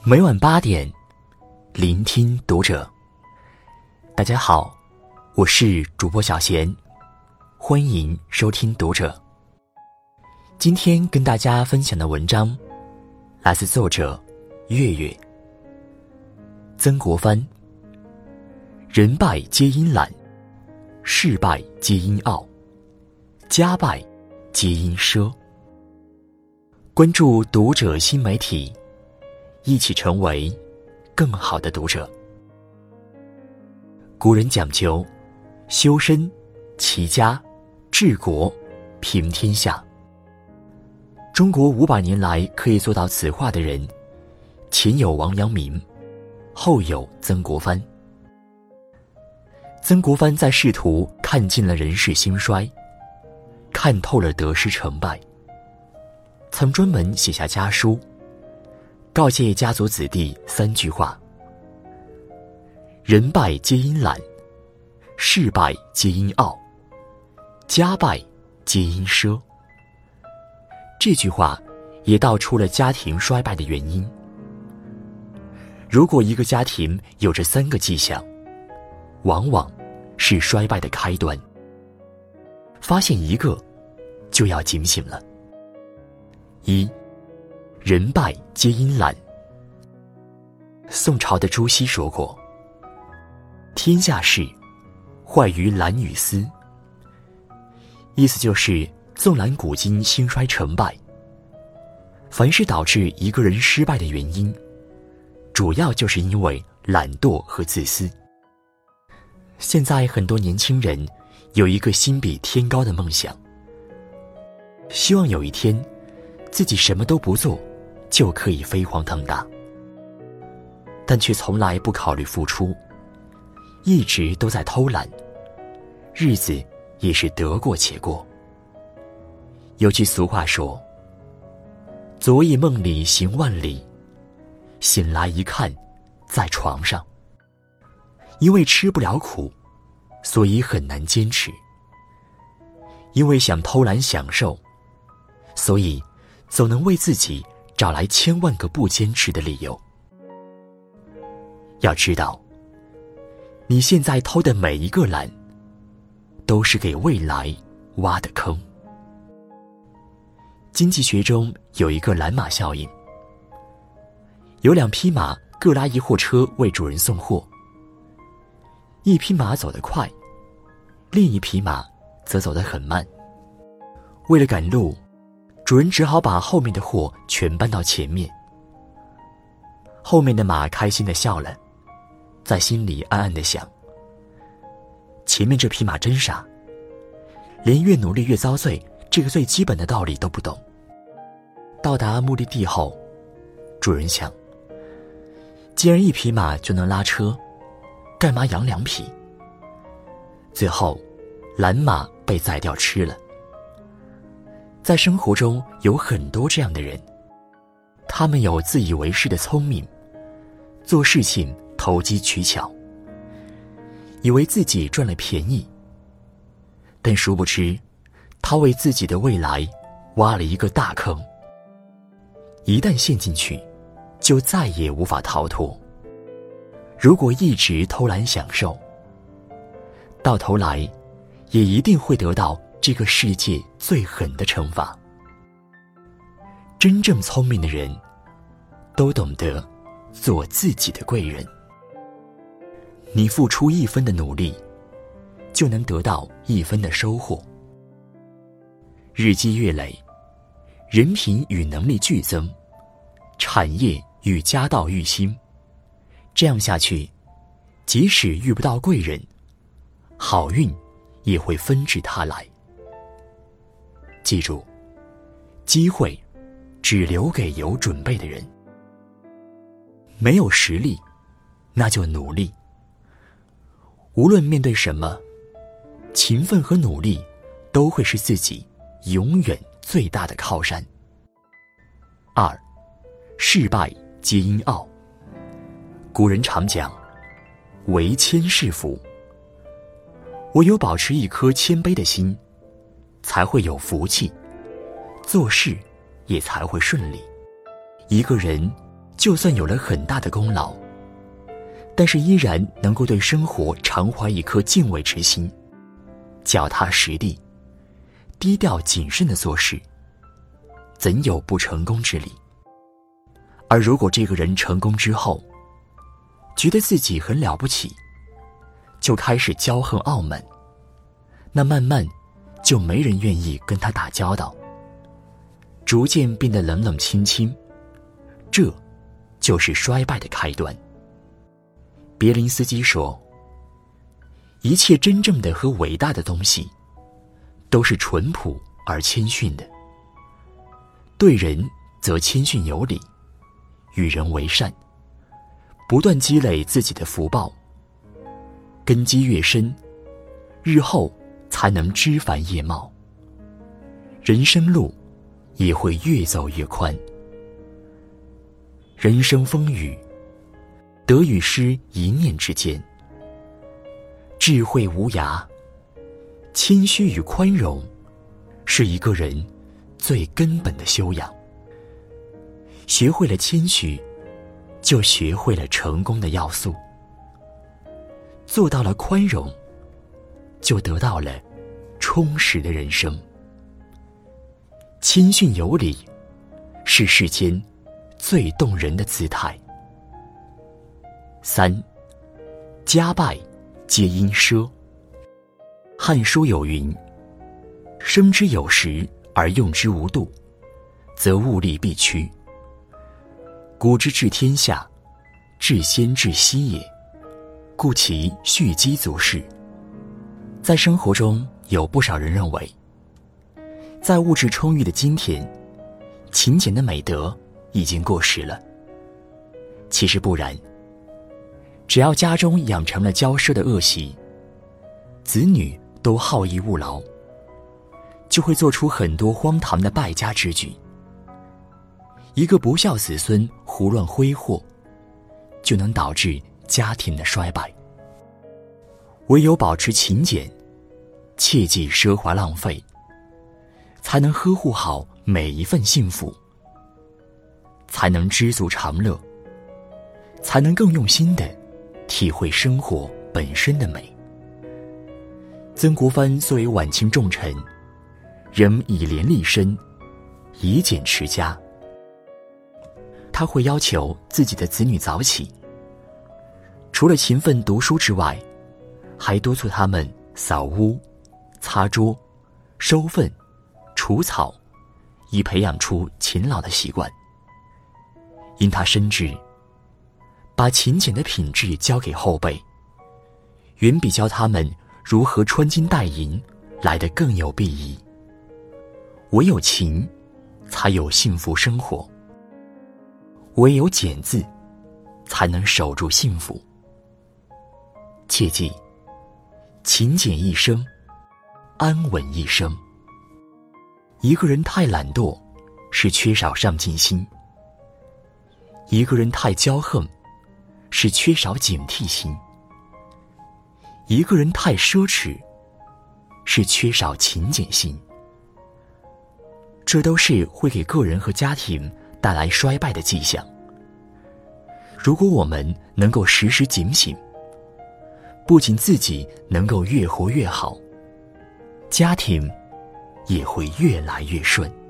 每晚8点，聆听读者。大家好，我是主播小贤，欢迎收听读者。今天跟大家分享的文章来自作者月月。曾国藩，人败皆因懒，事败皆因傲，家败皆因奢。关注读者新媒体，一起成为更好的读者。古人讲究修身、齐家、治国、平天下。中国500年来可以做到此话的人，前有王阳明，后有曾国藩。曾国藩在仕途看尽了人世兴衰，看透了得失成败，曾专门写下家书，告诫家族子弟3句话：人败皆因懒，事败皆因傲，家败皆因奢。这句话也道出了家庭衰败的原因。如果一个家庭有这3个迹象，往往是衰败的开端。发现一个，就要警醒了。1. 人败皆因懒。宋朝的朱熹说过，天下事坏于懒与思，意思就是纵览古今兴衰成败，凡是导致一个人失败的原因，主要就是因为懒惰和自私。现在很多年轻人有一个心比天高的梦想，希望有一天自己什么都不做就可以飞黄腾达，但却从来不考虑付出，一直都在偷懒，日子也是得过且过。有句俗话说，昨夜梦里行万里，醒来一看在床上。因为吃不了苦，所以很难坚持。因为想偷懒享受，所以总能为自己找来1000万个不坚持的理由。要知道，你现在偷的每一个懒，都是给未来挖的坑。经济学中有一个懒马效应，有2匹马各拉一货车为主人送货，一匹马走得快，另一匹马则走得很慢。为了赶路，主人只好把后面的货全搬到前面。后面的马开心地笑了，在心里暗暗地想，前面这匹马真傻，连越努力越遭罪这个最基本的道理都不懂。到达目的地后，主人想，既然1匹马就能拉车，干嘛养2匹？最后懒马被宰掉吃了。在生活中有很多这样的人，他们有自以为是的聪明，做事情投机取巧，以为自己赚了便宜，但殊不知他为自己的未来挖了一个大坑，一旦陷进去，就再也无法逃脱。如果一直偷懒享受，到头来也一定会得到这个世界最狠的惩罚。真正聪明的人都懂得做自己的贵人。你付出1分的努力，就能得到1分的收获。日积月累，人品与能力剧增，产业与家道愈兴。这样下去，即使遇不到贵人，好运也会纷至沓来。记住，机会只留给有准备的人。没有实力，那就努力。无论面对什么，勤奋和努力都会是自己永远最大的靠山。2. 事败皆因傲。古人常讲，唯谦是福。唯有保持一颗谦卑的心，才会有福气，做事也才会顺利。一个人就算有了很大的功劳，但是依然能够对生活常怀一颗敬畏之心，脚踏实地，低调谨慎地做事，怎有不成功之理？而如果这个人成功之后，觉得自己很了不起，就开始骄横傲慢，那慢慢就没人愿意跟他打交道，逐渐变得冷冷清清，这就是衰败的开端。别林斯基说，一切真正的和伟大的东西都是淳朴而谦逊的，对人则谦逊有礼，与人为善，不断积累自己的福报，根基越深，日后才能枝繁叶茂，人生路也会越走越宽。人生风雨，得与失一念之间。智慧无涯，谦虚与宽容，是一个人最根本的修养。学会了谦虚，就学会了成功的要素。做到了宽容，就得到了充实的人生。谦逊有礼，是世间最动人的姿态。3. 家败皆因奢。汉书有云：生之有时而用之无度，则物力必屈。古之治天下，治先治息也，故其蓄积足事。在生活中，有不少人认为，在物质充裕的今天，勤俭的美德已经过时了。其实不然，只要家中养成了骄奢的恶习，子女都好逸恶劳，就会做出很多荒唐的败家之举。一个不孝子孙胡乱挥霍，就能导致家庭的衰败。唯有保持勤俭，切忌奢华浪费，才能呵护好每一份幸福，才能知足常乐，才能更用心地体会生活本身的美。曾国藩作为晚清重臣，仍以廉立身，以俭持家。他会要求自己的子女早起，除了勤奋读书之外，还督促他们扫屋、擦桌、收粪、除草，以培养出勤劳的习惯。因他深知，把勤俭的品质交给后辈，远比教他们如何穿金戴银来得更有裨益。唯有勤，才有幸福生活；唯有俭字，才能守住幸福。切记，勤俭一生，安稳一生。一个人太懒惰，是缺少上进心；一个人太骄横，是缺少警惕心；一个人太奢侈，是缺少勤俭心。这都是会给个人和家庭带来衰败的迹象。如果我们能够时时警醒，不仅自己能够越活越好，家庭也会越来越顺。